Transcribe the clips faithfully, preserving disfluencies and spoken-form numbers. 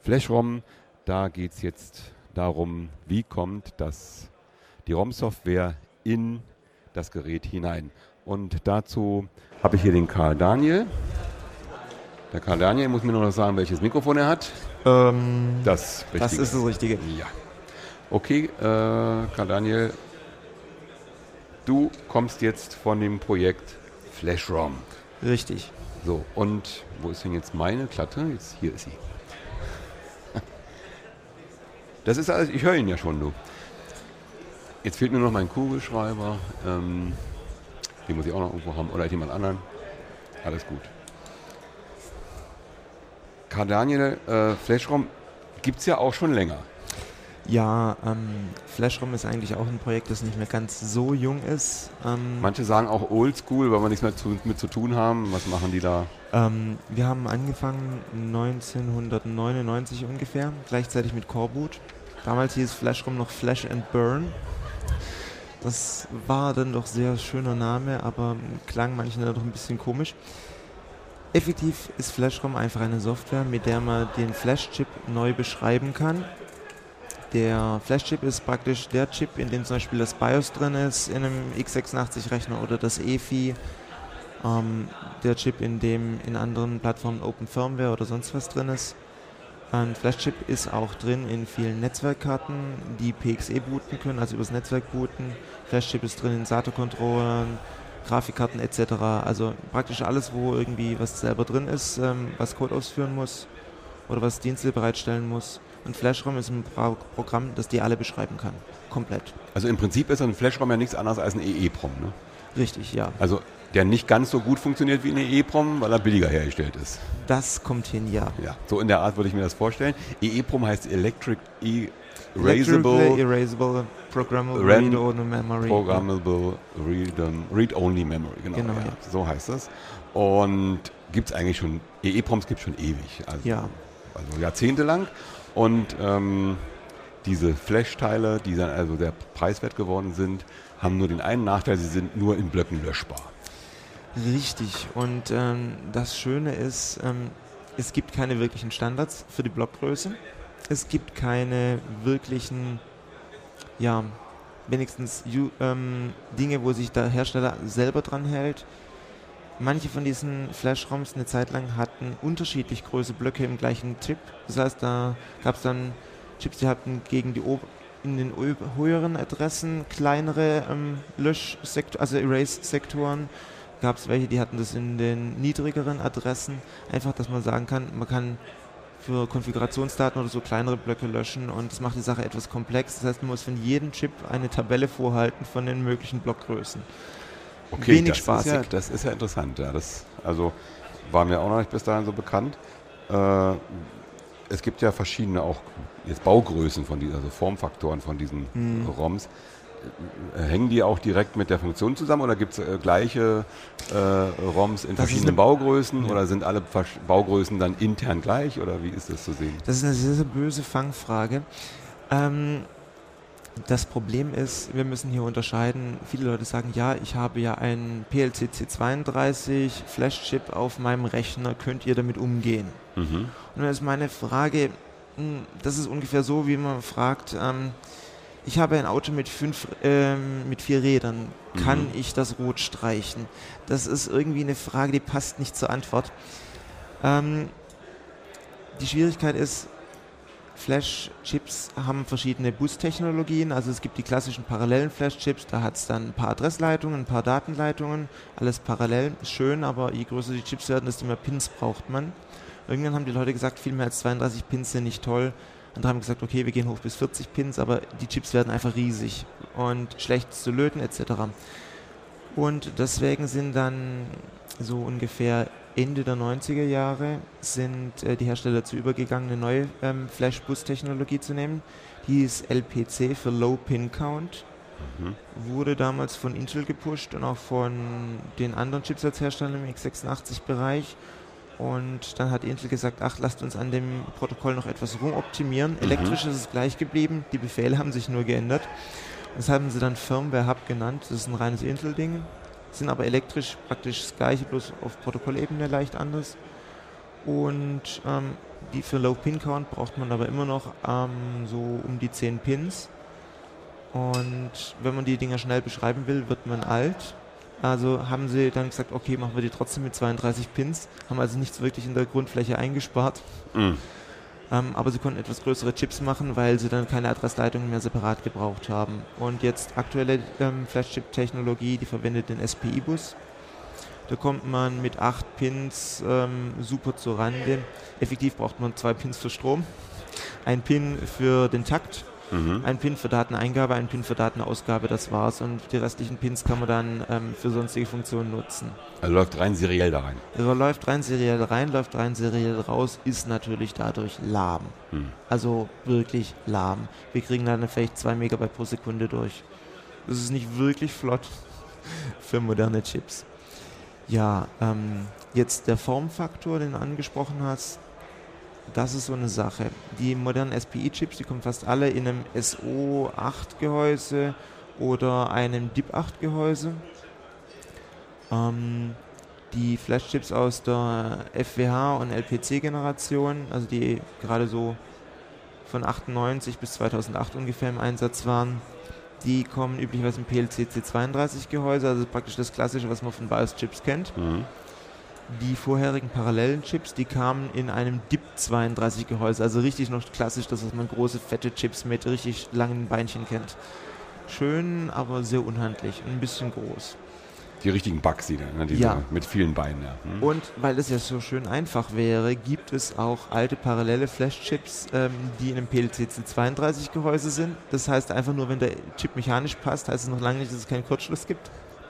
FlashROM, da geht es jetzt darum, wie kommt das, die ROM-Software in das Gerät hinein. Und dazu habe ich hier den Karl Daniel. Der Karl Daniel muss mir nur noch sagen, welches Mikrofon er hat. Ähm, das, das ist das Richtige. Ja. Okay, äh, Karl Daniel, du kommst jetzt von dem Projekt FlashROM. Richtig. So, und wo ist denn jetzt meine Klatte? Jetzt, hier ist sie. Das ist alles, ich höre ihn ja schon, du. Jetzt fehlt nur noch mein Kugelschreiber. Ähm, den muss ich auch noch irgendwo haben. Oder jemand anderen. Alles gut. Karl Daniel, äh, FlashROM gibt es ja auch schon länger. Ja, ähm, FlashROM ist eigentlich auch ein Projekt, das nicht mehr ganz so jung ist. Ähm, Manche sagen auch Oldschool, weil wir nichts mehr zu, mit zu tun haben. Was machen die da? Ähm, wir haben angefangen neunzehnhundertneunundneunzig ungefähr, gleichzeitig mit Coreboot. Damals hieß FlashROM noch Flash and Burn. Das war dann doch sehr schöner Name, aber klang manchen dann doch ein bisschen komisch. Effektiv ist FlashROM einfach eine Software, mit der man den Flash-Chip neu beschreiben kann. Der Flash-Chip ist praktisch der Chip, in dem zum Beispiel das BIOS drin ist, in einem x sechsundachtzig-Rechner oder das E F I. Ähm, der Chip, in dem in anderen Plattformen Open Firmware oder sonst was drin ist. Ein Flash-Chip ist auch drin in vielen Netzwerkkarten, die P X E booten können, also übers Netzwerk booten. Flash-Chip ist drin in S A T A-Controllern, Grafikkarten et cetera. Also praktisch alles, wo irgendwie was selber drin ist, ähm, was Code ausführen muss oder was Dienste bereitstellen muss. Und FlashROM ist ein Pro- Programm, das die alle beschreiben kann. Komplett. Also im Prinzip ist ein FlashROM ja nichts anderes als ein E E PROM, ne? Richtig, ja. Also der nicht ganz so gut funktioniert wie ein E E PROM, weil er billiger hergestellt ist. Das kommt hin, ja. Ja, so in der Art würde ich mir das vorstellen. E E PROM heißt Electric Erasable, Electrically Erasable Programmable Ran- Read-Only Memory. Programmable Read-Only Memory, genau. Genau, ja. ja. So heißt das. Und gibt es eigentlich schon, E E PROMs gibt es schon ewig. Also, Ja. also jahrzehntelang. Und ähm, diese Flash-Teile, die dann also sehr preiswert geworden sind, haben nur den einen Nachteil, sie sind nur in Blöcken löschbar. Richtig. Und ähm, das Schöne ist, ähm, es gibt keine wirklichen Standards für die Blockgröße. Es gibt keine wirklichen, ja, wenigstens ju- ähm, Dinge, wo sich der Hersteller selber dran hält. Manche von diesen Flash-ROMs eine Zeit lang hatten unterschiedlich große Blöcke im gleichen Chip. Das heißt, da gab es dann Chips, die hatten gegen die Ober- in den ö- höheren Adressen kleinere ähm, Löschsektoren, also Erase-Sektoren. Gab es welche, die hatten das in den niedrigeren Adressen. Einfach, dass man sagen kann, man kann für Konfigurationsdaten oder so kleinere Blöcke löschen und das macht die Sache etwas komplex. Das heißt, man muss von jedem Chip eine Tabelle vorhalten von den möglichen Blockgrößen. Okay, Wenig das spaßig. Ist ja, das ist ja interessant. Ja. Das, also war mir auch noch nicht bis dahin so bekannt. Äh, es gibt ja verschiedene auch jetzt Baugrößen von diesen, also Formfaktoren von diesen Hm. ROMs. Äh, Hängen die auch direkt mit der Funktion zusammen oder gibt es äh, gleiche äh, ROMs in Das ist verschiedenen eine- Baugrößen Ja. oder sind alle Versch- Baugrößen dann intern gleich oder wie ist das zu sehen? Das ist eine sehr, sehr böse Fangfrage. Ähm, das Problem ist, wir müssen hier unterscheiden. Viele Leute sagen, ja, ich habe ja einen P L C C zweiunddreißig Flash-Chip auf meinem Rechner, könnt ihr damit umgehen? Mhm. Und dann ist meine Frage, mh, das ist ungefähr so, wie man fragt, ähm, ich habe ein Auto mit, fünf, ähm, mit vier Rädern, kann Mhm. ich das rot streichen? Das ist irgendwie eine Frage, die passt nicht zur Antwort. Ähm, die Schwierigkeit ist, Flash-Chips haben verschiedene Bus-Technologien, also es gibt die klassischen parallelen Flash-Chips, da hat es dann ein paar Adressleitungen, ein paar Datenleitungen, alles parallel, ist schön, aber je größer die Chips werden, desto mehr Pins braucht man. Irgendwann haben die Leute gesagt, viel mehr als zweiunddreißig Pins sind nicht toll. Andere haben gesagt, okay, wir gehen hoch bis vierzig Pins, aber die Chips werden einfach riesig und schlecht zu löten et cetera. Und deswegen sind dann so ungefähr Ende der neunziger Jahre sind äh, die Hersteller dazu übergegangen, eine neue ähm, Flash-Bus-Technologie zu nehmen. Die ist L P C für Low Pin Count. Mhm. Wurde damals von Intel gepusht und auch von den anderen Chipsatzherstellern im x sechsundachtzig-Bereich. Und dann hat Intel gesagt, ach, lasst uns an dem Protokoll noch etwas rumoptimieren. Elektrisch ist es gleich geblieben, die Befehle haben sich nur geändert. Das haben sie dann Firmware Hub genannt, das ist ein reines Intel-Ding. Sind aber elektrisch praktisch das gleiche, bloß auf Protokollebene leicht anders. Und ähm, Die für Low Pin Count braucht man aber immer noch ähm, so um die zehn Pins. Und wenn man die Dinger schnell beschreiben will, wird man alt. Also haben sie dann gesagt, okay, machen wir die trotzdem mit zweiunddreißig Pins, haben also nichts wirklich in der Grundfläche eingespart. Mhm. Ähm, aber sie konnten etwas größere Chips machen, weil sie dann keine Adressleitungen mehr separat gebraucht haben. Und jetzt aktuelle ähm, Flash-Chip-Technologie, die verwendet den S P I-Bus. Da kommt man mit acht Pins ähm, super zur Rande. Effektiv braucht man zwei Pins für Strom, ein Pin für den Takt, mhm. ein Pin für Dateneingabe, ein Pin für Datenausgabe, das war's. Und die restlichen Pins kann man dann ähm, für sonstige Funktionen nutzen. Also läuft rein seriell da rein? Also läuft rein seriell rein, läuft rein seriell raus, ist natürlich dadurch lahm. Mhm. Also wirklich lahm. Wir kriegen dann vielleicht zwei Megabyte pro Sekunde durch. Das ist nicht wirklich flott für moderne Chips. Ja, ähm, jetzt der Formfaktor, den du angesprochen hast, das ist so eine Sache. Die modernen S P I-Chips, die kommen fast alle in einem S O acht Gehäuse oder einem D I P acht Gehäuse. Ähm, die Flash-Chips aus der F W H und L P C-Generation, also die gerade so von achtundneunzig bis zweitausendacht ungefähr im Einsatz waren, die kommen üblicherweise im P L C C zweiunddreißig Gehäuse, also praktisch das Klassische, was man von BIOS-Chips kennt. Mhm. Die vorherigen parallelen Chips, die kamen in einem D I P zweiunddreißig Gehäuse, also richtig noch klassisch, das, was man große, fette Chips mit richtig langen Beinchen kennt. Schön, aber sehr unhandlich, ein bisschen groß. Die richtigen Bugsy, ne? Diese ja. Mit vielen Beinen. Ja. Hm. Und weil es ja so schön einfach wäre, gibt es auch alte parallele Flash-Chips, ähm, die in einem P L C C zweiunddreißig Gehäuse sind. Das heißt einfach nur, wenn der Chip mechanisch passt, heißt es noch lange nicht, dass es keinen Kurzschluss gibt.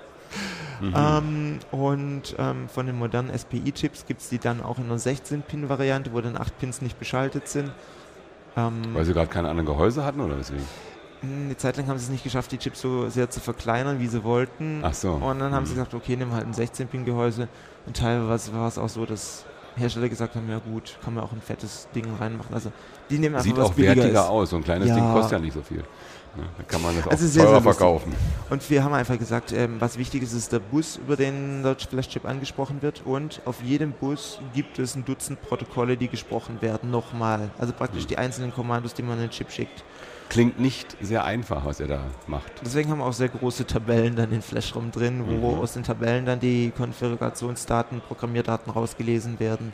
Mhm. Ähm, und ähm, von den modernen S P I-Chips gibt es die dann auch in einer sechzehn Pin Variante, wo dann acht Pins nicht beschaltet sind. Ähm, weil sie gerade keine anderen Gehäuse hatten oder deswegen? Eine Zeit lang haben sie es nicht geschafft, die Chips so sehr zu verkleinern, wie sie wollten. Ach so. Und dann haben mhm. sie gesagt, okay, nehmen wir halt ein sechzehn Pin Gehäuse. Und teilweise war es auch so, dass Hersteller gesagt haben, ja gut, kann man auch ein fettes Ding reinmachen. Also die nehmen einfach Sieht was auch wertiger ist. aus. So ein kleines ja. Ding kostet ja nicht so viel. Ja, da kann man das auch also sehr, teurer sehr verkaufen. Und wir haben einfach gesagt, ähm, was wichtig ist, ist der Bus, über den der Flash-Chip angesprochen wird. Und auf jedem Bus gibt es ein Dutzend Protokolle, die gesprochen werden, nochmal. Also praktisch mhm. die einzelnen Kommandos, die man in den Chip schickt. Klingt nicht sehr einfach, was er da macht. Deswegen haben wir auch sehr große Tabellen dann in Flash-ROM drin, wo mhm. aus den Tabellen dann die Konfigurationsdaten, Programmierdaten rausgelesen werden.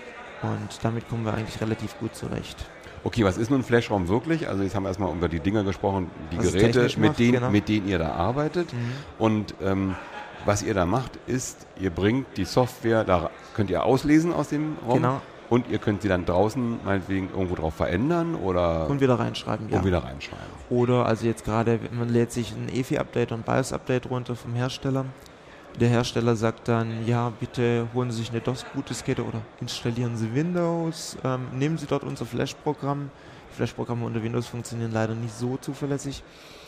Und damit kommen wir eigentlich relativ gut zurecht. Okay, was ist nun Flash-ROM wirklich? Also jetzt haben wir erstmal über die Dinger gesprochen, die was Geräte, mit, macht, denen, genau. mit denen ihr da arbeitet. Mhm. Und ähm, was ihr da macht, ist, ihr bringt die Software, da könnt ihr auslesen aus dem ROM. Genau. Und ihr könnt sie dann draußen meinetwegen irgendwo drauf verändern oder... Und wieder reinschreiben, ja. Und wieder reinschreiben. Oder also jetzt gerade, man lädt sich ein E F I-Update und ein BIOS-Update runter vom Hersteller. Der Hersteller sagt dann, ja, bitte holen Sie sich eine DOS-Bootdiskette oder installieren Sie Windows, ähm, nehmen Sie dort unser Flash-Programm. Die Flash-Programme unter Windows funktionieren leider nicht so zuverlässig.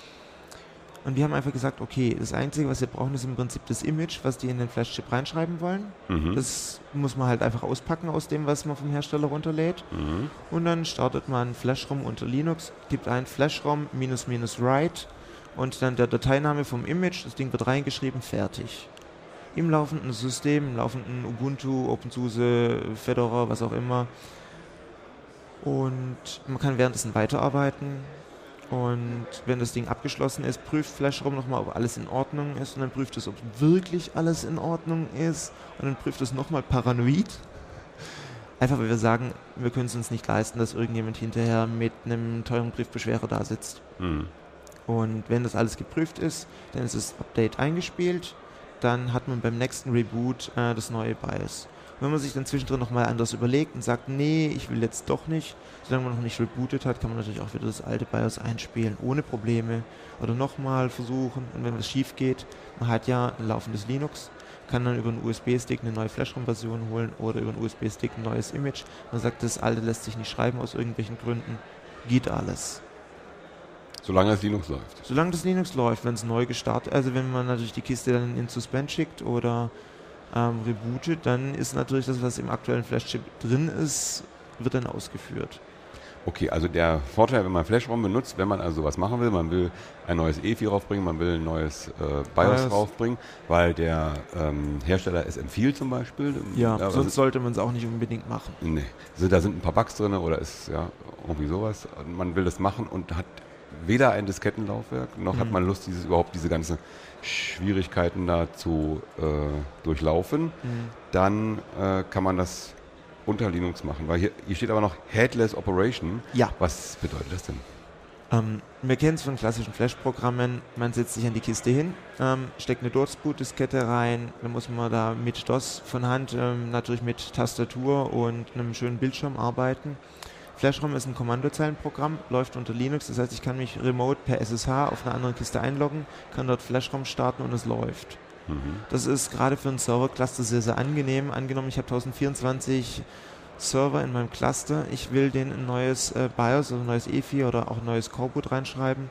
Und wir haben einfach gesagt, okay, das Einzige, was wir brauchen, ist im Prinzip das Image, was die in den Flash-Chip reinschreiben wollen. Mhm. Das muss man halt einfach auspacken aus dem, was man vom Hersteller runterlädt. Mhm. Und dann startet man Flash-ROM unter Linux, gibt ein Flash-ROM minus minus write und dann der Dateiname vom Image, das Ding wird reingeschrieben, fertig. Im laufenden System, im laufenden Ubuntu, OpenSUSE, Fedora, was auch immer. Und man kann währenddessen weiterarbeiten. Und wenn das Ding abgeschlossen ist, prüft Flash-ROM nochmal, ob alles in Ordnung ist. Und dann prüft es, ob wirklich alles in Ordnung ist. Und dann prüft es nochmal paranoid. Einfach, weil wir sagen, wir können es uns nicht leisten, dass irgendjemand hinterher mit einem teuren Briefbeschwerer da sitzt. Mhm. Und wenn das alles geprüft ist, dann ist das Update eingespielt. Dann hat man beim nächsten Reboot äh, das neue BIOS. Wenn man sich dann zwischendrin nochmal anders überlegt und sagt, nee, ich will jetzt doch nicht, solange man noch nicht rebootet hat, kann man natürlich auch wieder das alte BIOS einspielen, ohne Probleme. Oder nochmal versuchen. Und wenn was schief geht, man hat ja ein laufendes Linux, kann dann über einen U S B-Stick eine neue Flash-ROM-Version holen oder über einen U S B-Stick ein neues Image. Man sagt, das alte lässt sich nicht schreiben aus irgendwelchen Gründen. Geht alles. Solange das Linux läuft. Solange das Linux läuft, wenn es neu gestartet, also wenn man natürlich die Kiste dann in Suspend schickt oder ähm, rebootet, dann ist natürlich das, was im aktuellen Flash-Chip drin ist, wird dann ausgeführt. Okay, also der Vorteil, wenn man Flash-ROM benutzt, wenn man also sowas machen will, man will ein neues E F I raufbringen, man will ein neues äh, BIOS, BIOS raufbringen, weil der ähm, Hersteller es empfiehlt zum Beispiel. Ja, äh, sonst sollte man es auch nicht unbedingt machen. Nee, also da sind ein paar Bugs drin oder ist ja irgendwie sowas. Man will das machen und hat weder ein Diskettenlaufwerk, noch mhm. hat man Lust, dieses, überhaupt diese ganzen Schwierigkeiten da zu äh, durchlaufen. Mhm. Dann äh, kann man das unter Linux machen, weil hier, hier steht aber noch Headless Operation. Ja. Was bedeutet das denn? Ähm, wir kennen es von klassischen Flash-Programmen. Man setzt sich an die Kiste hin, ähm, steckt eine DOS-Boot-Diskette rein, dann muss man da mit DOS von Hand, ähm, natürlich mit Tastatur und einem schönen Bildschirm arbeiten. Flash-ROM ist ein Kommandozeilenprogramm, läuft unter Linux, das heißt, ich kann mich remote per S S H auf einer anderen Kiste einloggen, kann dort Flash-ROM starten und es läuft. Mhm. Das ist gerade für einen Server-Cluster sehr, sehr angenehm. Angenommen, ich habe tausendvierundzwanzig Server in meinem Cluster, ich will den ein neues äh, BIOS, also ein neues E F I oder auch ein neues Coreboot reinschreiben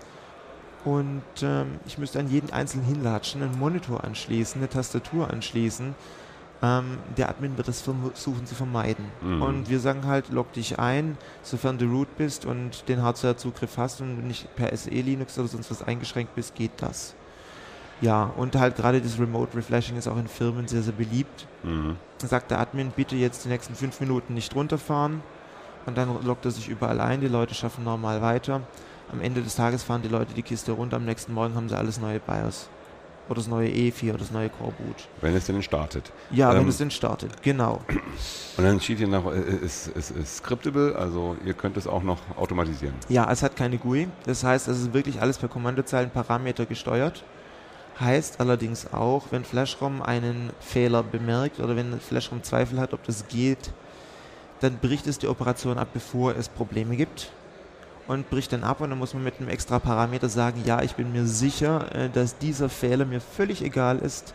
und ähm, ich müsste an jeden einzelnen hinlatschen, einen Monitor anschließen, eine Tastatur anschließen. Ähm, der Admin wird das versuchen zu vermeiden. Mhm. Und wir sagen halt, log dich ein, sofern du root bist und den Hardware-Zugriff hast und nicht per S E Linux oder sonst was eingeschränkt bist, geht das. Ja, und halt gerade das Remote Reflashing ist auch in Firmen sehr, sehr beliebt. Mhm. Dann sagt der Admin, bitte jetzt die nächsten fünf Minuten nicht runterfahren und dann loggt er sich überall ein, die Leute schaffen normal weiter. Am Ende des Tages fahren die Leute die Kiste runter, am nächsten Morgen haben sie alles neue BIOS. Oder das neue E F I oder das neue Coreboot. Wenn es denn startet. Ja, ähm, wenn es denn startet, genau. Und dann steht hier noch, es ist, ist, ist scriptable, also ihr könnt es auch noch automatisieren. Ja, es hat keine G U I, das heißt, es ist wirklich alles per Kommandozeilenparameter gesteuert. Heißt allerdings auch, wenn Flash-ROM einen Fehler bemerkt oder wenn Flash-ROM Zweifel hat, ob das geht, dann bricht es die Operation ab, bevor es Probleme gibt. Und bricht dann ab und dann muss man mit einem extra Parameter sagen, ja, ich bin mir sicher, dass dieser Fehler mir völlig egal ist.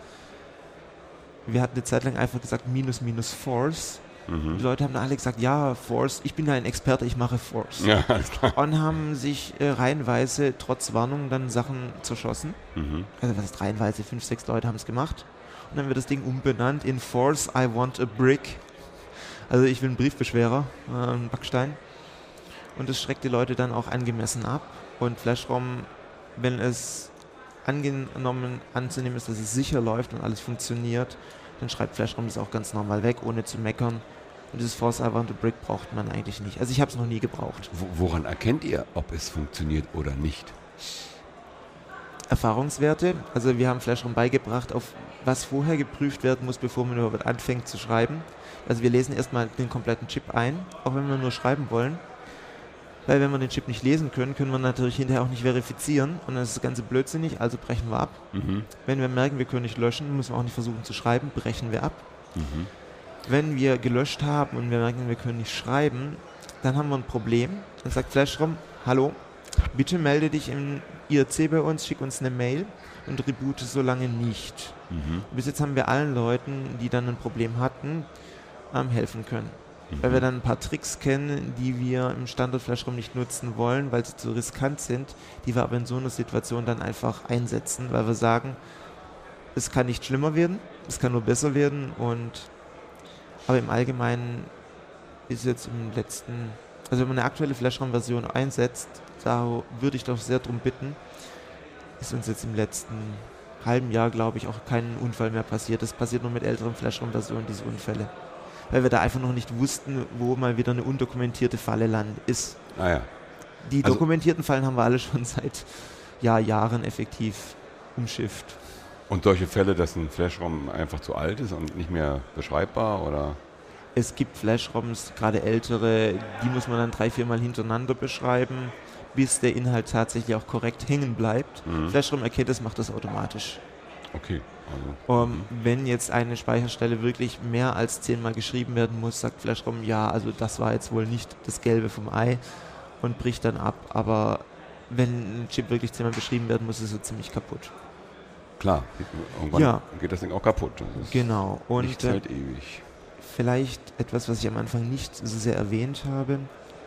Wir hatten eine Zeit lang einfach gesagt, minus minus Force. Mhm. Die Leute haben dann alle gesagt, ja, Force, ich bin ja ein Experte, ich mache Force. Ja, alles klar. Und haben sich äh, reihenweise, trotz Warnung, dann Sachen zerschossen. Mhm. Also was ist reihenweise? Fünf, sechs Leute haben es gemacht. Und dann wird das Ding umbenannt in Force, I want a brick. Also ich will einen Briefbeschwerer, äh, einen Backstein. Und das schreckt die Leute dann auch angemessen ab. Und Flash-ROM, wenn es angenommen anzunehmen ist, dass es sicher läuft und alles funktioniert, dann schreibt Flash-ROM das auch ganz normal weg, ohne zu meckern. Und dieses Force I want a brick braucht man eigentlich nicht. Also ich habe es noch nie gebraucht. Woran erkennt ihr, ob es funktioniert oder nicht? Erfahrungswerte. Also wir haben Flash-ROM beigebracht, auf was vorher geprüft werden muss, bevor man überhaupt anfängt zu schreiben. Also wir lesen erstmal den kompletten Chip ein, auch wenn wir nur schreiben wollen. Weil wenn wir den Chip nicht lesen können, können wir natürlich hinterher auch nicht verifizieren und dann ist das Ganze blödsinnig, also brechen wir ab. Mhm. Wenn wir merken, wir können nicht löschen, müssen wir auch nicht versuchen zu schreiben, brechen wir ab. Mhm. Wenn wir gelöscht haben und wir merken, wir können nicht schreiben, dann haben wir ein Problem. Dann sagt Flash-ROM, hallo, bitte melde dich im I R C bei uns, schick uns eine Mail und reboote so lange nicht. Mhm. Bis jetzt haben wir allen Leuten, die dann ein Problem hatten, ähm, helfen können. Mhm. Weil wir dann ein paar Tricks kennen, die wir im Standard-Flash-ROM nicht nutzen wollen, weil sie zu riskant sind, die wir aber in so einer Situation dann einfach einsetzen, weil wir sagen, es kann nicht schlimmer werden, es kann nur besser werden und aber im Allgemeinen ist jetzt im letzten, also wenn man eine aktuelle Flash-ROM-Version einsetzt, da würde ich doch sehr darum bitten, ist uns jetzt im letzten halben Jahr, glaube ich, auch kein Unfall mehr passiert. Das passiert nur mit älteren Flash-ROM-Versionen, diese Unfälle. Weil wir da einfach noch nicht wussten, wo mal wieder eine undokumentierte Falle land ist. Ah ja. Die also dokumentierten Fallen haben wir alle schon seit ja, Jahren effektiv umschifft. Und solche Fälle, dass ein Flash-ROM einfach zu alt ist und nicht mehr beschreibbar, oder? Es gibt Flash-ROMs, gerade ältere, die muss man dann drei, viermal hintereinander beschreiben, bis der Inhalt tatsächlich auch korrekt hängen bleibt. Mhm. Flash-ROM erkennt das, macht das automatisch. Okay. Also, um, wenn jetzt eine Speicherstelle wirklich mehr als zehnmal geschrieben werden muss, sagt Flash-ROM, ja, also das war jetzt wohl nicht das Gelbe vom Ei und bricht dann ab. Aber wenn ein Chip wirklich zehnmal beschrieben werden muss, ist er ziemlich kaputt. Klar, irgendwann ja. geht das Ding auch kaputt. Das genau. Und nichts hält ewig. Vielleicht etwas, was ich am Anfang nicht so sehr erwähnt habe.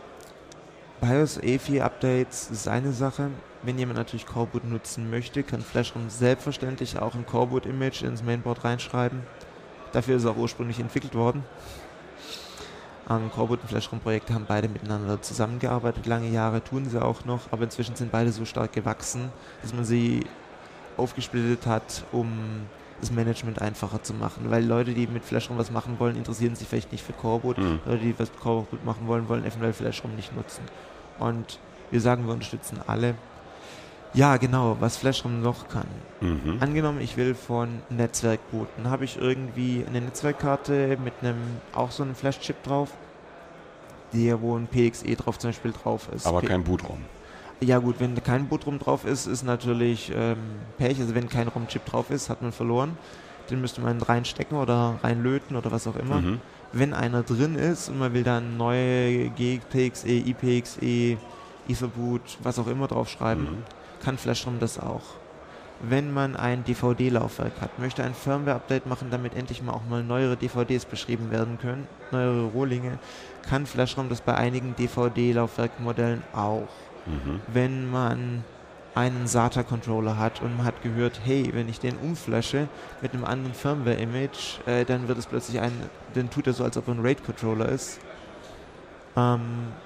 BIOS E F I-Updates ist eine Sache. Wenn jemand natürlich Coreboot nutzen möchte, kann Flash-ROM selbstverständlich auch ein Coreboot-Image ins Mainboard reinschreiben. Dafür ist es auch ursprünglich entwickelt worden. Ähm, Coreboot und FlashROM-Projekte haben beide miteinander zusammengearbeitet, lange Jahre tun sie auch noch, aber inzwischen sind beide so stark gewachsen, dass man sie aufgesplittet hat, um das Management einfacher zu machen, weil Leute, die mit FlashROM was machen wollen, interessieren sich vielleicht nicht für Coreboot, mhm. Leute, die was mit Coreboot machen wollen, wollen eventuell FlashROM nicht nutzen. Und wir sagen, wir unterstützen alle. Ja, genau, was FlashROM noch kann. Mhm. Angenommen, ich will von Netzwerk booten, habe ich irgendwie eine Netzwerkkarte mit einem, auch so einem Flash-Chip drauf, der, wo ein P X E drauf zum Beispiel drauf ist. Aber P- kein Bootraum. Ja gut, wenn kein Bootraum drauf ist, ist natürlich ähm, Pech. Also wenn kein ROM-Chip drauf ist, hat man verloren. Den müsste man reinstecken oder reinlöten oder was auch immer. Mhm. Wenn einer drin ist und man will dann neue G P X E, I P X E, Etherboot, was auch immer draufschreiben, mhm. kann FlashROM das auch. Wenn man ein D V D-Laufwerk hat, möchte ein Firmware-Update machen, damit endlich mal auch mal neuere D V Ds beschrieben werden können, neuere Rohlinge, kann FlashROM das bei einigen D V D-Laufwerkmodellen auch. Mhm. Wenn man einen S A T A-Controller hat und man hat gehört, hey, wenn ich den umflashe mit einem anderen Firmware-Image, äh, dann wird es plötzlich ein, dann tut er so, als ob er ein RAID-Controller ist. Ähm,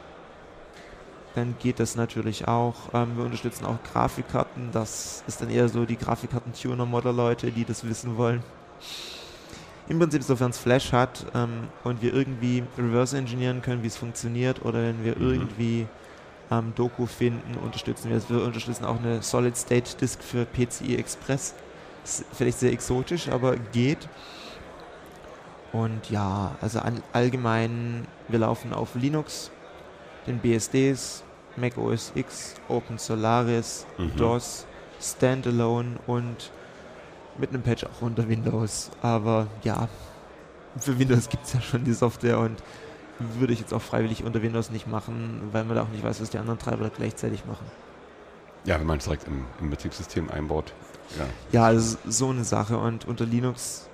dann geht das natürlich auch. Ähm, wir unterstützen auch Grafikkarten, das ist dann eher so die Grafikkarten-Tuner-Modder-Leute, die das wissen wollen. Im Prinzip, sofern es Flash hat ähm, und wir irgendwie reverse engineeren können, wie es funktioniert, oder wenn wir mhm. irgendwie ähm, Doku finden, unterstützen wir es. Wir unterstützen auch eine Solid-State-Disk für P C I Express. Ist vielleicht sehr exotisch, aber geht. Und ja, also an, allgemein, wir laufen auf Linux, den B S Ds, Mac O S X, Open Solaris, mhm. DOS, Standalone und mit einem Patch auch unter Windows. Aber ja, für Windows gibt es ja schon die Software und würde ich jetzt auch freiwillig unter Windows nicht machen, weil man da auch nicht weiß, was die anderen Treiber gleichzeitig machen. Ja, wenn man es direkt im, im Betriebssystem einbaut. Ja, ja, also so eine Sache. Und unter Linux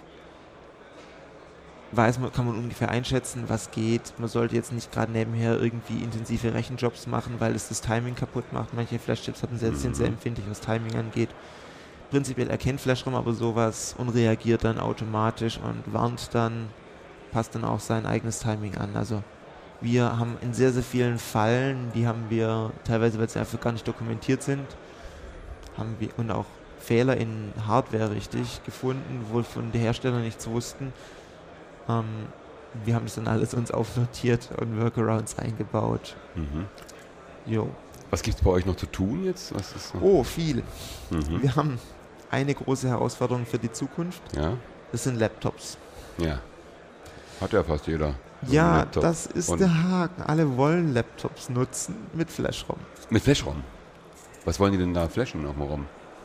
weiß man, kann man ungefähr einschätzen, was geht. Man sollte jetzt nicht gerade nebenher irgendwie intensive Rechenjobs machen, weil es das Timing kaputt macht. Manche Flash-Chips hatten sehr, mhm. sind sehr empfindlich, was Timing angeht. Prinzipiell erkennt FlashROM aber sowas und reagiert dann automatisch und warnt dann, passt dann auch sein eigenes Timing an. Also wir haben in sehr, sehr vielen Fallen, die haben wir teilweise, weil sie einfach gar nicht dokumentiert sind, haben wir und auch Fehler in Hardware richtig gefunden, wohl von den Herstellern nichts wussten. Ähm, wir haben das dann alles uns aufnotiert und Workarounds eingebaut. Mhm. Jo. Was gibt es bei euch noch zu tun jetzt? Was ist noch? Oh, viel. Mhm. Wir haben eine große Herausforderung für die Zukunft. Ja. Das sind Laptops. Ja. Hat ja fast jeder. So ja, das ist und der Haken. Alle wollen Laptops nutzen mit FlashROM. Mit FlashROM? Was wollen die denn da flashen auf dem ROM?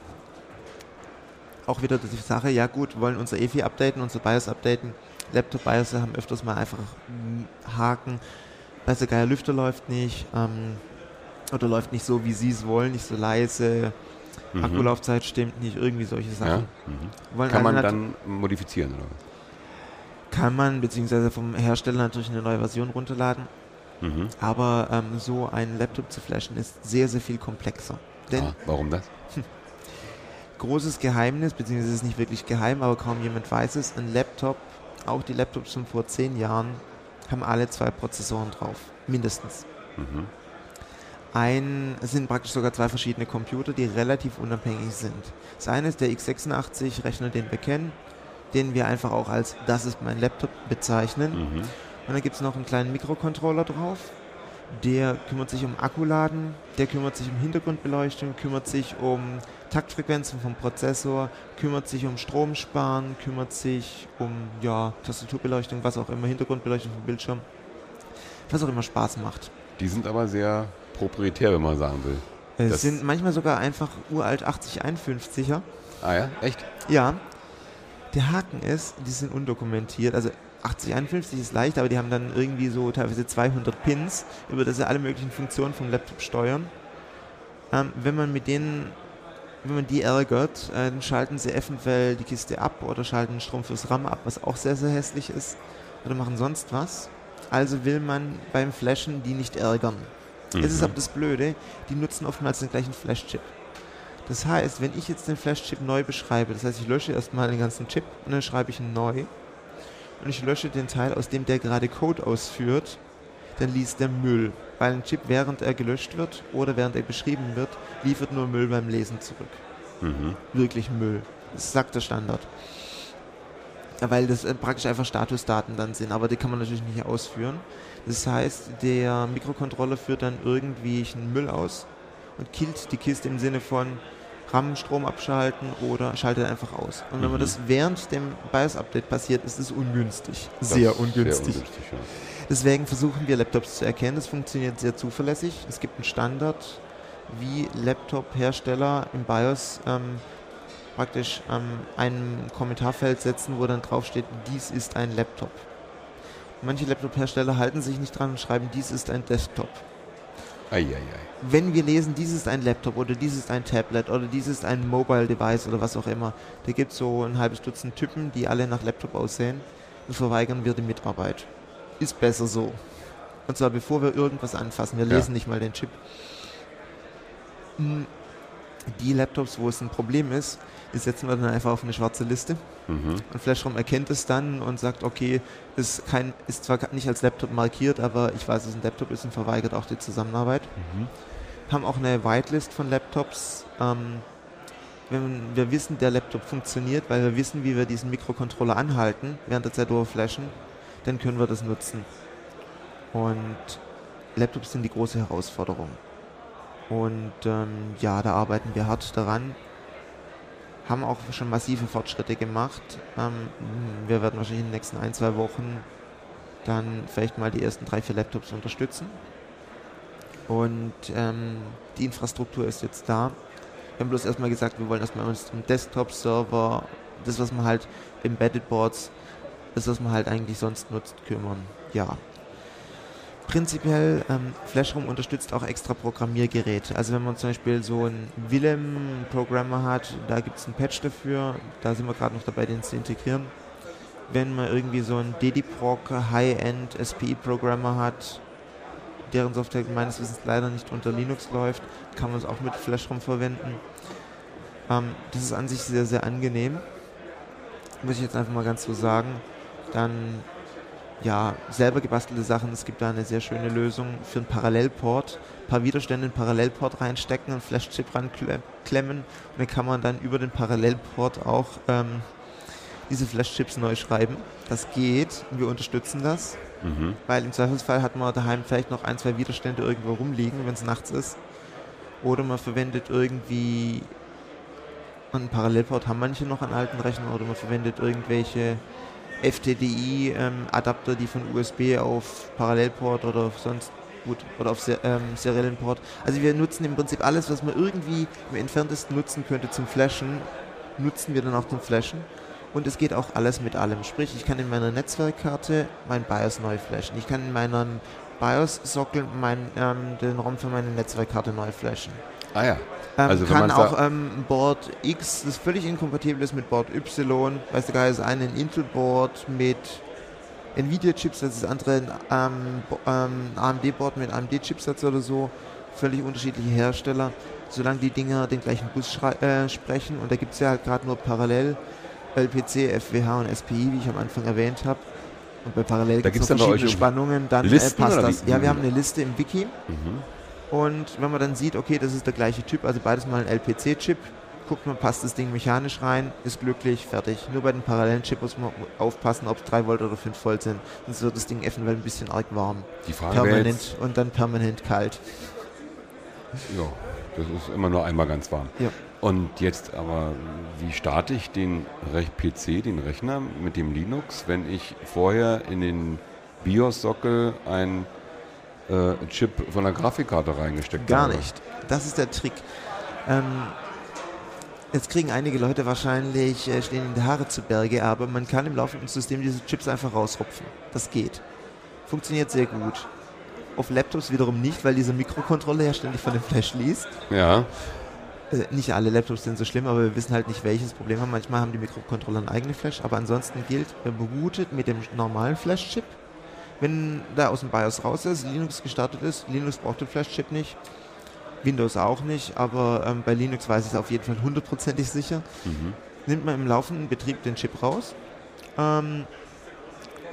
Auch wieder die Sache, ja gut, wollen unser E F I updaten, unser BIOS updaten. Laptop-BIOS haben öfters mal einfach Haken. Weiß der Geier, Lüfter läuft nicht ähm, oder läuft nicht so, wie sie es wollen, nicht so leise. Mhm. Akkulaufzeit stimmt nicht, irgendwie solche Sachen. Ja. Mhm. Kann man dann modifizieren, oder was? Kann man, beziehungsweise vom Hersteller natürlich eine neue Version runterladen. Mhm. Aber ähm, so einen Laptop zu flashen ist sehr, sehr viel komplexer. Denn ah, warum das? Großes Geheimnis, beziehungsweise es ist nicht wirklich geheim, aber kaum jemand weiß es, ein Laptop, auch die Laptops von vor zehn Jahren, haben alle zwei Prozessoren drauf, mindestens. Mhm. Ein, es sind praktisch sogar zwei verschiedene Computer, die relativ unabhängig sind. Das eine ist der x sechsundachtzig Rechner, den wir kennen, den wir einfach auch als "das ist mein Laptop" bezeichnen. Mhm. Und dann gibt es noch einen kleinen Mikrocontroller drauf, der kümmert sich um Akkuladen, der kümmert sich um Hintergrundbeleuchtung, kümmert sich um Taktfrequenzen vom Prozessor, kümmert sich um Stromsparen, kümmert sich um ja, Tastaturbeleuchtung, was auch immer, Hintergrundbeleuchtung vom Bildschirm, was auch immer Spaß macht. Die sind aber sehr proprietär, wenn man sagen will. Es das sind manchmal sogar einfach uralt achtzig einundfünfziger. Ah ja, echt? Ja. Der Haken ist, die sind undokumentiert, also achtzig einundfünfzig ist leicht, aber die haben dann irgendwie so teilweise zweihundert Pins, über das sie alle möglichen Funktionen vom Laptop steuern. Ähm, wenn man mit denen, wenn man die ärgert, äh, dann schalten sie eventuell die Kiste ab oder schalten den Strom fürs RAM ab, was auch sehr, sehr hässlich ist, oder machen sonst was. Also will man beim Flashen die nicht ärgern. Mhm. Es ist aber das Blöde, die nutzen oftmals den gleichen Flash-Chip. Das heißt, wenn ich jetzt den Flash-Chip neu beschreibe, das heißt, ich lösche erstmal den ganzen Chip und dann schreibe ich ihn neu. Und und ich lösche den Teil, aus dem der gerade Code ausführt, dann liest der Müll. Weil ein Chip, während er gelöscht wird oder während er beschrieben wird, liefert nur Müll beim Lesen zurück. Mhm. Wirklich Müll. Das sagt der Standard. Weil das praktisch einfach Statusdaten dann sind, aber die kann man natürlich nicht ausführen. Das heißt, der Mikrocontroller führt dann irgendwie einen Müll aus und killt die Kiste im Sinne von RAM, Strom abschalten oder schaltet einfach aus. Und wenn mhm. man das während dem BIOS-Update passiert, ist es ungünstig. Sehr das ungünstig. Sehr ungünstig ja. Deswegen versuchen wir Laptops zu erkennen. Das funktioniert sehr zuverlässig. Es gibt einen Standard, wie Laptop-Hersteller im BIOS ähm, praktisch ähm, ein Kommentarfeld setzen, wo dann draufsteht, dies ist ein Laptop. Manche Laptop-Hersteller halten sich nicht dran und schreiben, dies ist ein Desktop. Ei, ei, ei. Wenn wir lesen, dies ist ein Laptop oder dies ist ein Tablet oder dies ist ein Mobile Device oder was auch immer, da gibt es so ein halbes Dutzend Typen, die alle nach Laptop aussehen, dann verweigern wir die Mitarbeit. Ist besser so. Und zwar bevor wir irgendwas anfassen. Wir lesen ja. nicht mal den Chip. Die Laptops, wo es ein Problem ist, die setzen wir dann einfach auf eine schwarze Liste. Mhm. Und Flashrom erkennt es dann und sagt, okay, ist, kein, ist zwar nicht als Laptop markiert, aber ich weiß, dass es ein Laptop ist und verweigert auch die Zusammenarbeit. Mhm. Haben auch eine Whitelist von Laptops. Ähm, wenn wir wissen, der Laptop funktioniert, weil wir wissen, wie wir diesen Mikrocontroller anhalten, während der Zeit durchflashen, dann können wir das nutzen. Und Laptops sind die große Herausforderung. Und ähm, ja, da arbeiten wir hart daran. Haben auch schon massive Fortschritte gemacht. Ähm, wir werden wahrscheinlich in den nächsten ein, zwei Wochen dann vielleicht mal die ersten drei, vier Laptops unterstützen. Und ähm, die Infrastruktur ist jetzt da. Wir haben bloß erstmal gesagt, wir wollen erstmal uns um Desktop-Server, das, was man halt Embedded Boards, das, was man halt eigentlich sonst nutzt, kümmern. Ja. Prinzipiell, ähm, Flashrom unterstützt auch extra Programmiergeräte. Also wenn man zum Beispiel so einen Willem-Programmer hat, da gibt es einen Patch dafür, da sind wir gerade noch dabei, den zu integrieren. Wenn man irgendwie so einen Dediproc High-End S P I-Programmer hat, deren Software meines Wissens leider nicht unter Linux läuft, kann man es auch mit Flashrom verwenden. Ähm, das ist an sich sehr, sehr angenehm. Muss ich jetzt einfach mal ganz so sagen. Dann ja, selber gebastelte Sachen. Es gibt da eine sehr schöne Lösung für einen Parallelport. Ein paar Widerstände in den Parallelport reinstecken, einen Flashchip ranklemmen und dann kann man dann über den Parallelport auch ähm, diese Flashchips neu schreiben. Das geht und wir unterstützen das, mhm. weil im Zweifelsfall hat man daheim vielleicht noch ein, zwei Widerstände irgendwo rumliegen, wenn es nachts ist. Oder man verwendet irgendwie einen Parallelport, haben manche noch an alten Rechnern, oder man verwendet irgendwelche F T D I-Adapter, ähm, die von U S B auf Parallelport oder sonst gut oder auf Ser- ähm, seriellen Port. Also wir nutzen im Prinzip alles, was man irgendwie im entferntesten nutzen könnte zum Flashen, nutzen wir dann auch zum Flashen. Und es geht auch alles mit allem. Sprich, ich kann in meiner Netzwerkkarte mein BIOS neu flashen. Ich kann in meinem BIOS-Sockel mein, ähm, den ROM für meine Netzwerkkarte neu flashen. Ah ja. Ähm, also kann auch ähm, Board X, das völlig inkompatibel ist mit Board Y, weißt du gar nicht, das eine ein Intel-Board mit Nvidia-Chips, das andere ein ähm, ähm, A M D-Board mit A M D-Chipsatz oder so, völlig unterschiedliche Hersteller, solange die Dinger den gleichen Bus schrei- äh, sprechen, und da gibt es ja halt gerade nur parallel L P C, F W H und S P I, wie ich am Anfang erwähnt habe. Und bei parallel gibt es verschiedene Spannungen, dann äh, passt das. Wie? Ja, wir haben eine Liste im Wiki. Mhm. Und wenn man dann sieht, okay, das ist der gleiche Typ, also beides mal ein L P C-Chip, guckt man, passt das Ding mechanisch rein, ist glücklich, fertig. Nur bei den parallelen Chip muss man aufpassen, ob es drei Volt oder fünf Volt sind. Sonst wird das Ding eventuell ein bisschen arg warm. Die Frage permanent jetzt, und dann permanent kalt. Ja, das ist immer nur einmal ganz warm. Ja. Und jetzt aber, wie starte ich den P C, den Rechner mit dem Linux, wenn ich vorher in den BIOS-Sockel ein äh, Chip von der Grafikkarte reingesteckt Gar habe? Gar nicht. Das ist der Trick. Ähm, jetzt kriegen einige Leute wahrscheinlich äh, stehen in die Haare zu Berge, aber man kann im laufenden System diese Chips einfach rausrupfen. Das geht. Funktioniert sehr gut. Auf Laptops wiederum nicht, weil dieser Mikrocontroller ja ständig von dem Flash liest. Ja. Nicht alle Laptops sind so schlimm, aber wir wissen halt nicht, welches Problem haben. Manchmal haben die Mikrocontroller eine eigene Flash, aber ansonsten gilt, er bootet mit dem normalen Flash-Chip. Wenn der aus dem BIOS raus ist, Linux gestartet ist, Linux braucht den Flash-Chip nicht, Windows auch nicht, aber ähm, bei Linux weiß ich es auf jeden Fall hundertprozentig sicher. Mhm. Nimmt man im laufenden Betrieb den Chip raus, ähm,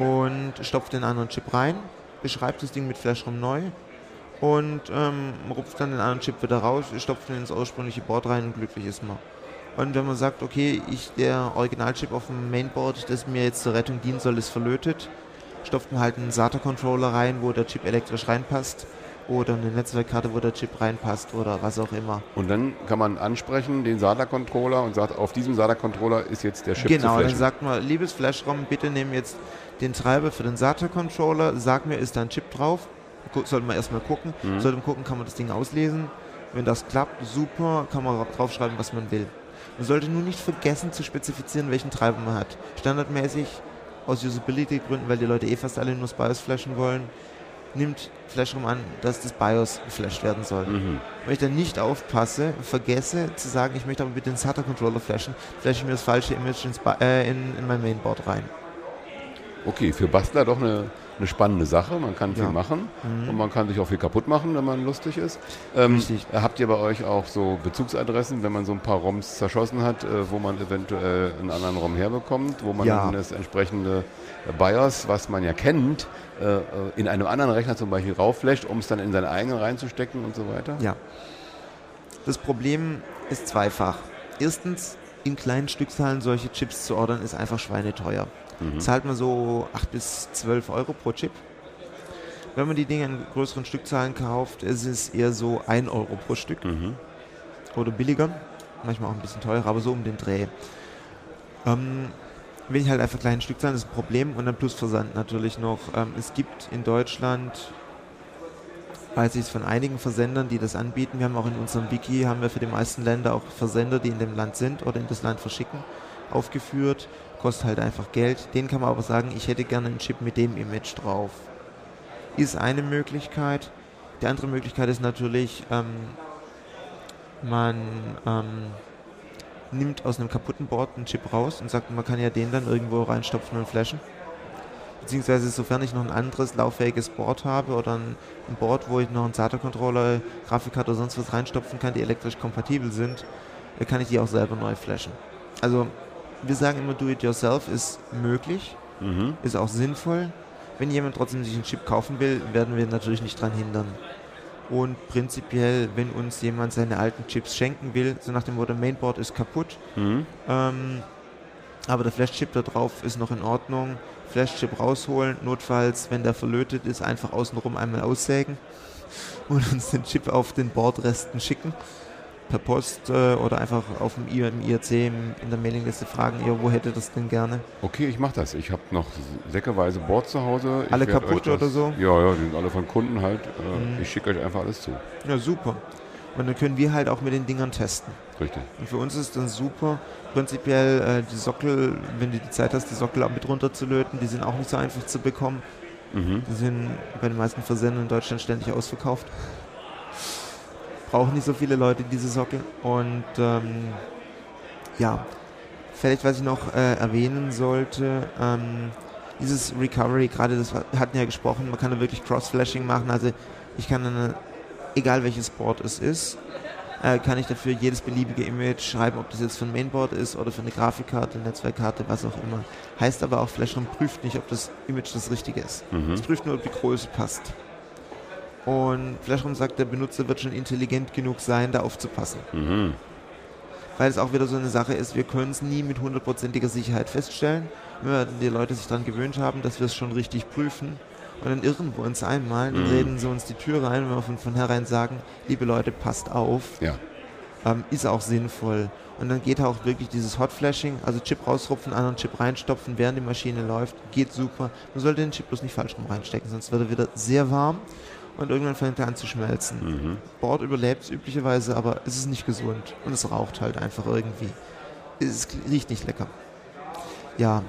und stopft den anderen Chip rein, beschreibt das Ding mit Flashraum neu und ähm, rupft dann den anderen Chip wieder raus, stopft ihn ins ursprüngliche Board rein und glücklich ist man. Und wenn man sagt, okay, ich, der Originalchip auf dem Mainboard, das mir jetzt zur Rettung dienen soll, ist verlötet, stopft man halt einen SATA-Controller rein, wo der Chip elektrisch reinpasst, oder eine Netzwerkkarte, wo der Chip reinpasst oder was auch immer. Und dann kann man ansprechen, den SATA-Controller, und sagt, auf diesem SATA-Controller ist jetzt der Chip genau, zu flashen. Dann sagt man, liebes Flashraum, bitte nimm jetzt den Treiber für den SATA-Controller, sag mir, ist da ein Chip drauf? Sollte man erstmal gucken. Mhm. Sollte man gucken, kann man das Ding auslesen. Wenn das klappt, super, kann man draufschreiben, was man will. Man sollte nur nicht vergessen zu spezifizieren, welchen Treiber man hat. Standardmäßig, aus Usability-Gründen, weil die Leute eh fast alle nur das BIOS flashen wollen, nimmt Flashraum an, dass das BIOS geflasht werden soll. Mhm. Wenn ich dann nicht aufpasse, vergesse zu sagen, ich möchte aber bitte den SATA-Controller flashen, flashe ich mir das falsche Image ins ba- äh, in, in mein Mainboard rein. Okay, für Bastler doch eine, eine spannende Sache. Man kann viel ja. machen mhm. und man kann sich auch viel kaputt machen, wenn man lustig ist. Ähm, Richtig. Habt ihr bei euch auch so Bezugsadressen, wenn man so ein paar ROMs zerschossen hat, äh, wo man eventuell einen anderen ROM herbekommt, wo man ja. dann das entsprechende BIOS, was man ja kennt, äh, in einem anderen Rechner zum Beispiel raufflasht, um es dann in seinen eigenen reinzustecken und so weiter? Ja. Das Problem ist zweifach. Erstens, in kleinen Stückzahlen solche Chips zu ordern, ist einfach schweineteuer. Mhm. Zahlt man so acht bis zwölf Euro pro Chip. Wenn man die Dinge in größeren Stückzahlen kauft, ist es eher so ein Euro pro Stück. Mhm. Oder billiger. Manchmal auch ein bisschen teurer, aber so um den Dreh. Ähm, wenn ich halt einfach kleine Stückzahlen, ist ein Problem. Und dann plus Versand natürlich noch. Ähm, es gibt in Deutschland, weiß ich es von einigen Versendern, die das anbieten. Wir haben auch in unserem Wiki, haben wir für die meisten Länder auch Versender, die in dem Land sind oder in das Land verschicken, aufgeführt. Kostet halt einfach Geld. Den kann man aber sagen, ich hätte gerne einen Chip mit dem Image drauf. Ist eine Möglichkeit. Die andere Möglichkeit ist natürlich, ähm, man ähm, nimmt aus einem kaputten Board einen Chip raus und sagt, man kann ja den dann irgendwo reinstopfen und flashen. Beziehungsweise sofern ich noch ein anderes lauffähiges Board habe oder ein, ein Board, wo ich noch einen SATA-Controller, Grafikkarte oder sonst was reinstopfen kann, die elektrisch kompatibel sind, dann kann ich die auch selber neu flashen. Also wir sagen immer, do-it-yourself ist möglich, mhm. ist auch sinnvoll. Wenn jemand trotzdem sich einen Chip kaufen will, werden wir natürlich nicht dran hindern. Und prinzipiell, wenn uns jemand seine alten Chips schenken will, so nach dem Motto, Mainboard ist kaputt, mhm. ähm, aber der Flash-Chip da drauf ist noch in Ordnung, Flash-Chip rausholen, notfalls, wenn der verlötet ist, einfach außenrum einmal aussägen und uns den Chip auf den Bordresten schicken. Per Post äh, oder einfach auf dem I, im I R C im, in der Mailingliste fragen, ihr, wo hättet ihr das denn gerne? Okay, ich mache das. Ich habe noch säckeweise Boards zu Hause. Ich alle kaputt das, oder so? Ja, ja, die sind alle von Kunden halt. Äh, mhm. Ich schicke euch einfach alles zu. Ja, super. Und dann können wir halt auch mit den Dingern testen. Richtig. Und für uns ist dann super, prinzipiell äh, die Sockel, wenn du die Zeit hast, die Sockel auch mit runterzulöten, die sind auch nicht so einfach zu bekommen. Mhm. Die sind bei den meisten Versendern in Deutschland ständig ausverkauft. Brauchen nicht so viele Leute diese Sockel. Und ähm, ja, vielleicht was ich noch äh, erwähnen sollte, ähm, dieses Recovery, gerade das wir hatten ja gesprochen, man kann da wirklich Cross-Flashing machen, also ich kann eine, egal welches Board es ist, äh, kann ich dafür jedes beliebige Image schreiben, ob das jetzt für ein Mainboard ist oder für eine Grafikkarte, Netzwerkkarte, was auch immer. Heißt aber auch, Flashraum prüft nicht, ob das Image das richtige ist. Mhm. Es prüft nur, ob die Größe passt. Und Flashraum sagt, der Benutzer wird schon intelligent genug sein, da aufzupassen. Mhm. Weil es auch wieder so eine Sache ist, wir können es nie mit hundertprozentiger Sicherheit feststellen. Wenn die Leute sich daran gewöhnt haben, dass wir es schon richtig prüfen. Und dann irren wir uns einmal, dann mhm. reden sie uns die Tür rein, wenn wir von vornherein sagen, liebe Leute, passt auf. Ja. Ähm, ist auch sinnvoll. Und dann geht auch wirklich dieses Hot-Flashing, also Chip rausrupfen, anderen Chip reinstopfen, während die Maschine läuft, geht super. Man sollte den Chip bloß nicht falsch rum reinstecken, sonst wird er wieder sehr warm. Und irgendwann fängt er an zu schmelzen. Mhm. Board überlebt es üblicherweise, aber es ist nicht gesund. Und es raucht halt einfach irgendwie. Es riecht nicht lecker. Ja,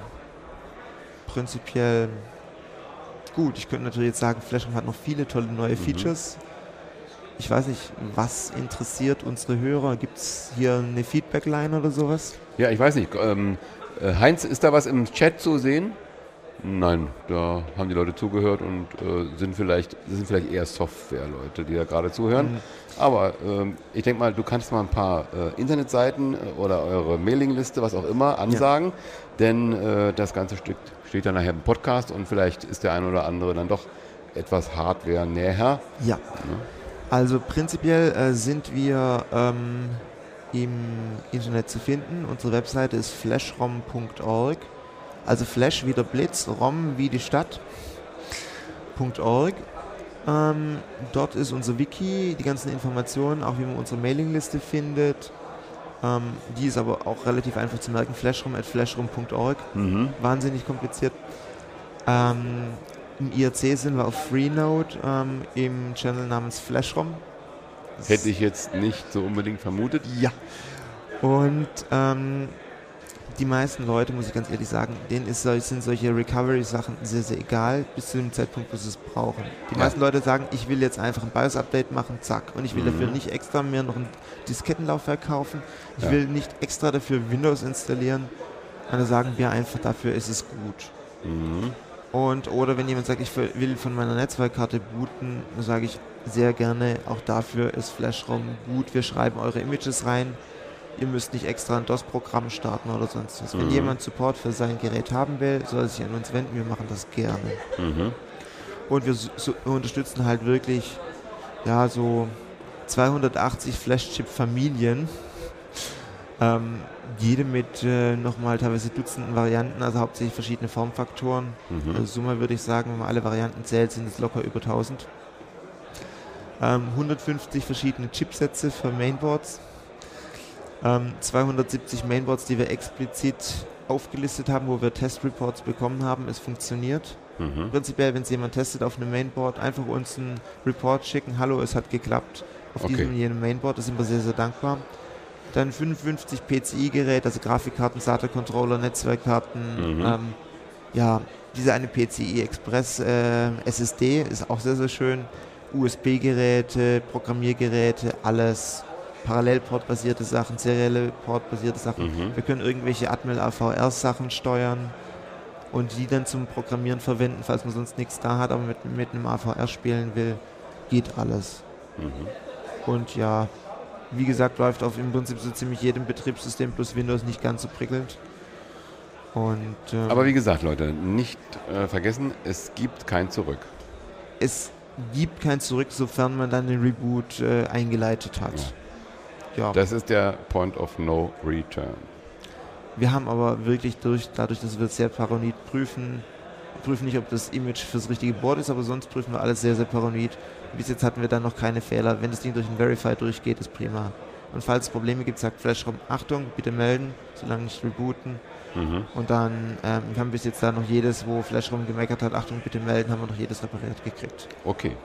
prinzipiell gut. Ich könnte natürlich jetzt sagen, Flashraum hat noch viele tolle neue mhm. Features. Ich weiß nicht, was interessiert unsere Hörer? Gibt es hier eine Feedback-Line oder sowas? Ja, ich weiß nicht. Ähm, Heinz, ist da was im Chat zu sehen? Nein, da haben die Leute zugehört und äh, sind vielleicht sind vielleicht eher Software-Leute, die da gerade zuhören. Mhm. Aber ähm, ich denke mal, du kannst mal ein paar äh, Internetseiten oder eure Mailingliste, was auch immer, ansagen, ja. denn äh, das ganze Stück entsteht dann nachher ein Podcast und vielleicht ist der ein oder andere dann doch etwas Hardware näher. Ja. ja. Also prinzipiell äh, sind wir ähm, im Internet zu finden. Unsere Webseite ist flashrom punkt org. Also Flash wie der Blitz, Rom wie die Stadt. .org. Ähm, dort ist unser Wiki, die ganzen Informationen, auch wie man unsere Mailingliste findet. Ähm, die ist aber auch relativ einfach zu merken. flashrom at flashrom punkt org. Mhm. Wahnsinnig kompliziert. Ähm, Im I R C sind wir auf Freenode ähm, im Channel namens Flashrom. Das hätte ich jetzt nicht so unbedingt vermutet. Ja. Und ähm, die meisten Leute, muss ich ganz ehrlich sagen, denen ist, sind solche Recovery-Sachen sehr, sehr egal, bis zu dem Zeitpunkt, wo sie es brauchen. Die ja. meisten Leute sagen, ich will jetzt einfach ein BIOS-Update machen, zack. Und ich will mhm. dafür nicht extra mir noch ein Diskettenlaufwerk kaufen. Ich ja. will nicht extra dafür Windows installieren. Dann sagen wir einfach, dafür ist es gut. Mhm. Und oder wenn jemand sagt, ich will von meiner Netzwerkkarte booten, dann sage ich sehr gerne, auch dafür ist Flashrom gut. Wir schreiben eure Images rein. Ihr müsst nicht extra ein DOS-Programm starten oder sonst was. Mhm. Wenn jemand Support für sein Gerät haben will, soll er sich an uns wenden. Wir machen das gerne. Mhm. Und wir so, unterstützen halt wirklich ja, so zweihundertachtzig Flash-Chip-Familien. Ähm, jede mit äh, nochmal teilweise Dutzenden Varianten, also hauptsächlich verschiedene Formfaktoren. Mhm. Also Summe würde ich sagen, wenn man alle Varianten zählt, sind es locker über tausend. Ähm, hundertfünfzig verschiedene Chipsätze für Mainboards. Ähm, zweihundertsiebzig Mainboards, die wir explizit aufgelistet haben, wo wir Testreports bekommen haben. Es funktioniert. Mhm. Prinzipiell, wenn es jemand testet auf einem Mainboard, einfach uns einen Report schicken. Hallo, es hat geklappt. Auf okay. diesem und jenem Mainboard, da sind wir sehr, sehr dankbar. Dann fünfundfünfzig P C I-Geräte, also Grafikkarten, SATA-Controller, Netzwerkkarten. Mhm. Ähm, ja, diese eine P C I Express äh, S S D ist auch sehr, sehr schön. U S B-Geräte, Programmiergeräte, alles. Parallelport-basierte Sachen, serielle Port-basierte Sachen. Mhm. Wir können irgendwelche Atmel A V R-Sachen steuern und die dann zum Programmieren verwenden, falls man sonst nichts da hat, aber mit, mit einem A V R spielen will, geht alles. Mhm. Und ja, wie gesagt, läuft auf im Prinzip so ziemlich jedem Betriebssystem plus Windows, nicht ganz so prickelnd. Und, ähm, aber wie gesagt, Leute, nicht äh, vergessen, es gibt kein Zurück. Es gibt kein Zurück, sofern man dann den Reboot äh, eingeleitet hat. Ja. Ja. Das ist der Point of No Return. Wir haben aber wirklich durch, dadurch, dass wir sehr paranoid prüfen, prüfen nicht, ob das Image fürs richtige Board ist, aber sonst prüfen wir alles sehr, sehr paranoid. Bis jetzt hatten wir dann noch keine Fehler. Wenn das Ding durch ein Verify durchgeht, ist prima. Und falls es Probleme gibt, sagt Flashrom, Achtung, bitte melden, solange nicht rebooten. Mhm. Und dann, ähm, wir haben bis jetzt da noch jedes, wo Flashrom gemeckert hat, Achtung, bitte melden, haben wir noch jedes repariert gekriegt. Okay.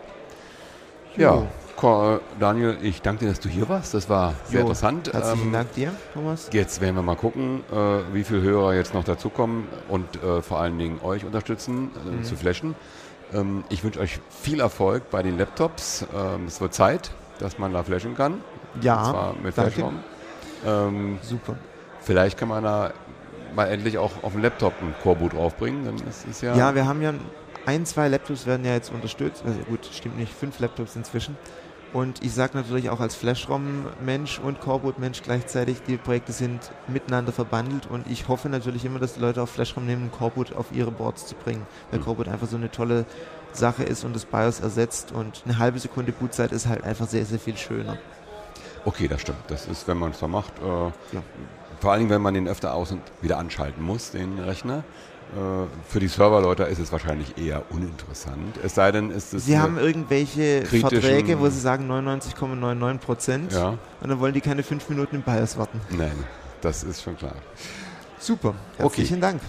Jo. Ja, Daniel, ich danke dir, dass du hier warst. Das war sehr jo, interessant. Herzlichen ähm, Dank dir, Thomas. Jetzt werden wir mal gucken, äh, wie viele Hörer jetzt noch dazukommen und äh, vor allen Dingen euch unterstützen, äh, mhm. zu flashen. Ähm, ich wünsche euch viel Erfolg bei den Laptops. Ähm, es wird Zeit, dass man da flashen kann. Ja, und zwar mit Flashrom. Ähm, Super. Vielleicht kann man da mal endlich auch auf dem Laptop ein Coreboot draufbringen. Dann ist es ja. Ja, wir haben ja ein, zwei Laptops werden ja jetzt unterstützt. Also gut, stimmt nicht, fünf Laptops inzwischen. Und ich sage natürlich auch als Flashrom-Mensch und Coreboot-Mensch gleichzeitig, die Projekte sind miteinander verbandelt und ich hoffe natürlich immer, dass die Leute auf Flashrom nehmen, um Coreboot auf ihre Boards zu bringen, weil mhm. Coreboot einfach so eine tolle Sache ist und das BIOS ersetzt und eine halbe Sekunde Bootzeit ist halt einfach sehr, sehr viel schöner. Okay, das stimmt. Das ist, wenn man es so macht, äh, ja. vor allen Dingen, wenn man den öfter aus- und wieder anschalten muss, den Rechner. Für die Serverleute ist es wahrscheinlich eher uninteressant. Es sei denn, ist es. Sie haben irgendwelche Verträge, wo sie sagen neunundneunzig Komma neunundneunzig Prozent ja. und dann wollen die keine fünf Minuten im BIOS warten. Nein, das ist schon klar. Super, herzlichen okay. Dank.